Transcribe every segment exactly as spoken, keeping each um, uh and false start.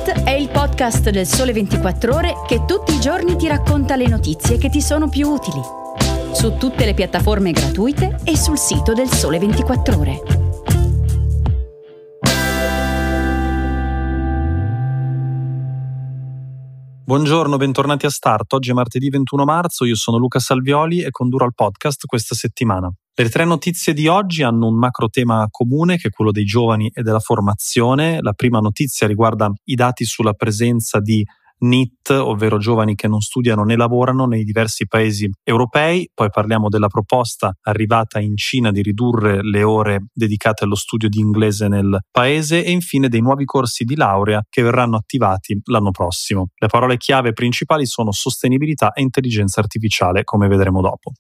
Update è il podcast del Sole ventiquattro Ore che tutti i giorni ti racconta le notizie che ti sono più utili. Su tutte le piattaforme gratuite e sul sito del Sole ventiquattro Ore. Buongiorno, bentornati a Start. Oggi è martedì ventuno marzo, io sono Luca Salvioli e condurrò il podcast questa settimana. Le tre notizie di oggi hanno un macro tema comune che è quello dei giovani e della formazione. La prima notizia riguarda i dati sulla presenza di N E E T, ovvero giovani che non studiano né lavorano nei diversi paesi europei. Poi parliamo della proposta arrivata in Cina di ridurre le ore dedicate allo studio di inglese nel paese e infine dei nuovi corsi di laurea che verranno attivati l'anno prossimo. Le parole chiave principali sono sostenibilità e intelligenza artificiale, come vedremo dopo.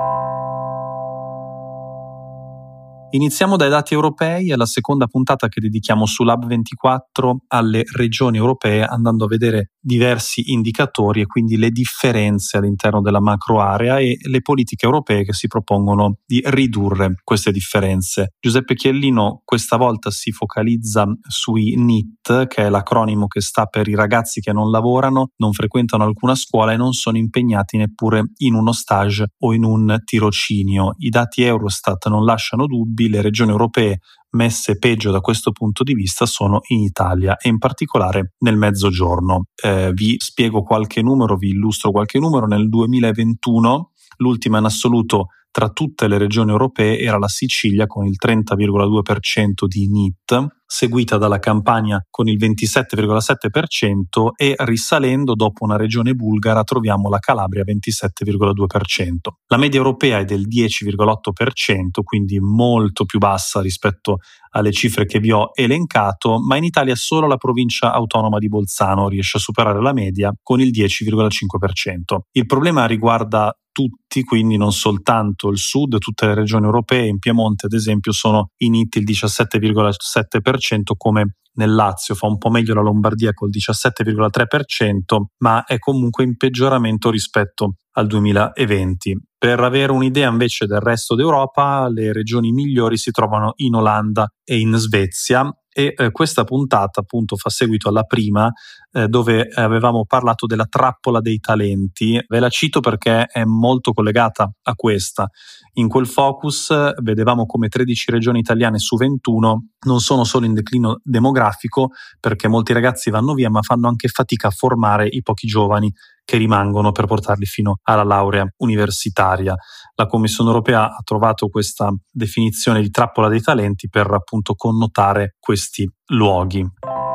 Iniziamo dai dati europei, è la seconda puntata che dedichiamo su Lab ventiquattro alle regioni europee, andando a vedere diversi indicatori e quindi le differenze all'interno della macro area e le politiche europee che si propongono di ridurre queste differenze. Giuseppe Chiellino questa volta si focalizza sui N E E T, che è l'acronimo che sta per i ragazzi che non lavorano, non frequentano alcuna scuola e non sono impegnati neppure in uno stage o in un tirocinio. I dati Eurostat non lasciano dubbi. Le regioni europee messe peggio da questo punto di vista sono in Italia e in particolare nel Mezzogiorno. Eh, vi spiego qualche numero, vi illustro qualche numero. Nel duemilaventuno l'ultima in assoluto tra tutte le regioni europee era la Sicilia con il trenta virgola due per cento di N E E T, seguita dalla Campania con il ventisette virgola sette per cento e risalendo dopo una regione bulgara troviamo la Calabria ventisette virgola due per cento. La media europea è del dieci virgola otto per cento, quindi molto più bassa rispetto alle cifre che vi ho elencato, ma in Italia solo la provincia autonoma di Bolzano riesce a superare la media con il dieci virgola cinque per cento. Il problema riguarda tutti, quindi non soltanto il sud, tutte le regioni europee. In Piemonte, ad esempio, sono in N E E T il diciassette virgola sette per cento, come nel Lazio. Fa un po' meglio la Lombardia col diciassette virgola tre per cento, ma è comunque in peggioramento rispetto al duemilaventi. Per avere un'idea invece del resto d'Europa, le regioni migliori si trovano in Olanda e in Svezia. E eh, questa puntata appunto fa seguito alla prima eh, dove avevamo parlato della trappola dei talenti. Ve la cito perché è molto collegata a questa. In quel focus eh, vedevamo come tredici regioni italiane su ventuno non sono solo in declino demografico perché molti ragazzi vanno via, ma fanno anche fatica a formare i pochi giovani che rimangono per portarli fino alla laurea universitaria. La Commissione europea ha trovato questa definizione di trappola dei talenti per appunto connotare questi luoghi.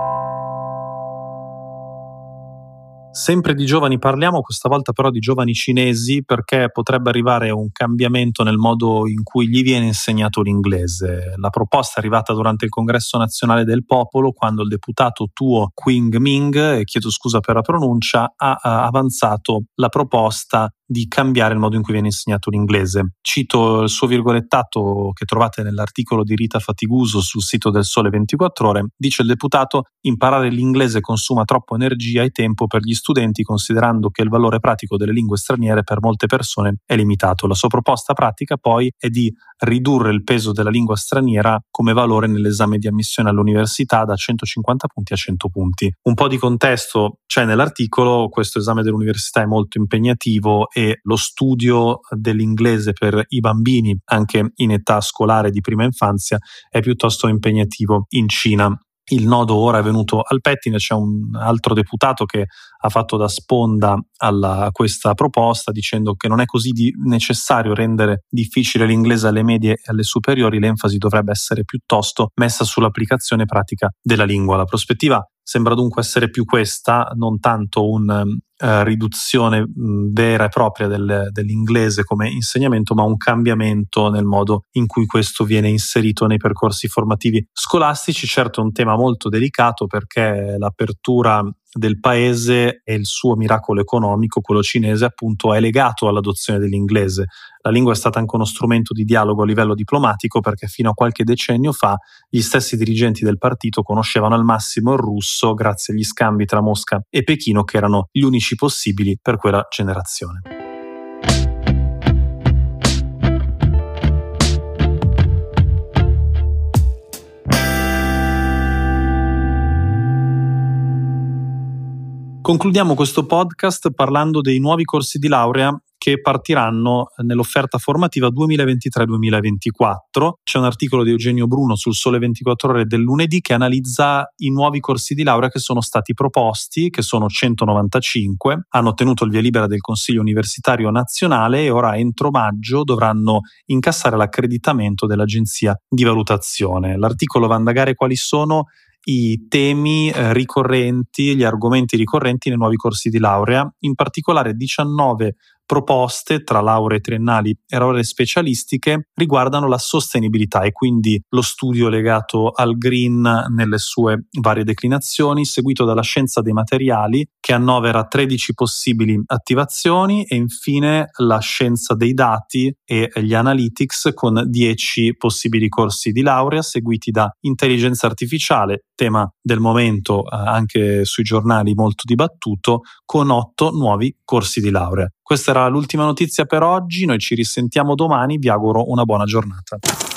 Sempre di giovani parliamo, questa volta però di giovani cinesi, perché potrebbe arrivare un cambiamento nel modo in cui gli viene insegnato l'inglese. La proposta è arrivata durante il Congresso Nazionale del Popolo, quando il deputato Tuo Quing-Ming, e chiedo scusa per la pronuncia, ha, ha avanzato la proposta di cambiare il modo in cui viene insegnato l'inglese. Cito il suo virgolettato che trovate nell'articolo di Rita Fatiguso sul sito del Sole ventiquattro Ore. Dice il deputato: imparare l'inglese consuma troppo energia e tempo per gli studenti, considerando che il valore pratico delle lingue straniere per molte persone è limitato. La sua proposta pratica poi è di ridurre il peso della lingua straniera come valore nell'esame di ammissione all'università da centocinquanta punti a cento punti. Un po' di contesto c'è nell'articolo. Questo esame dell'università è molto impegnativo e lo studio dell'inglese per i bambini, anche in età scolare di prima infanzia, è piuttosto impegnativo in Cina. Il nodo ora è venuto al pettine, c'è un altro deputato che ha fatto da sponda alla, a questa proposta dicendo che non è così di necessario rendere difficile l'inglese alle medie e alle superiori, l'enfasi dovrebbe essere piuttosto messa sull'applicazione pratica della lingua. La prospettiva sembra dunque essere più questa, non tanto una uh, riduzione mh, vera e propria del, dell'inglese come insegnamento, ma un cambiamento nel modo in cui questo viene inserito nei percorsi formativi scolastici. Certo è un tema molto delicato perché l'apertura del paese e il suo miracolo economico, quello cinese, appunto è legato all'adozione dell'inglese. La lingua è stata anche uno strumento di dialogo a livello diplomatico perché fino a qualche decennio fa gli stessi dirigenti del partito conoscevano al massimo il russo grazie agli scambi tra Mosca e Pechino che erano gli unici possibili per quella generazione. Concludiamo questo podcast parlando dei nuovi corsi di laurea che partiranno nell'offerta formativa duemilaventitré duemilaventiquattro. C'è un articolo di Eugenio Bruno sul Sole ventiquattro Ore del lunedì che analizza i nuovi corsi di laurea che sono stati proposti, che sono centonovantacinque, hanno ottenuto il via libera del Consiglio Universitario Nazionale e ora entro maggio dovranno incassare l'accreditamento dell'Agenzia di Valutazione. L'articolo va a indagare quali sono i temi eh, ricorrenti, gli argomenti ricorrenti nei nuovi corsi di laurea, in particolare diciannove proposte tra lauree triennali e lauree specialistiche riguardano la sostenibilità e quindi lo studio legato al green nelle sue varie declinazioni, seguito dalla scienza dei materiali che annovera tredici possibili attivazioni e infine la scienza dei dati e gli analytics con dieci possibili corsi di laurea seguiti da intelligenza artificiale, tema del momento eh, anche sui giornali molto dibattuto, con otto nuovi corsi di laurea. Questa era l'ultima notizia per oggi, noi ci risentiamo domani, vi auguro una buona giornata.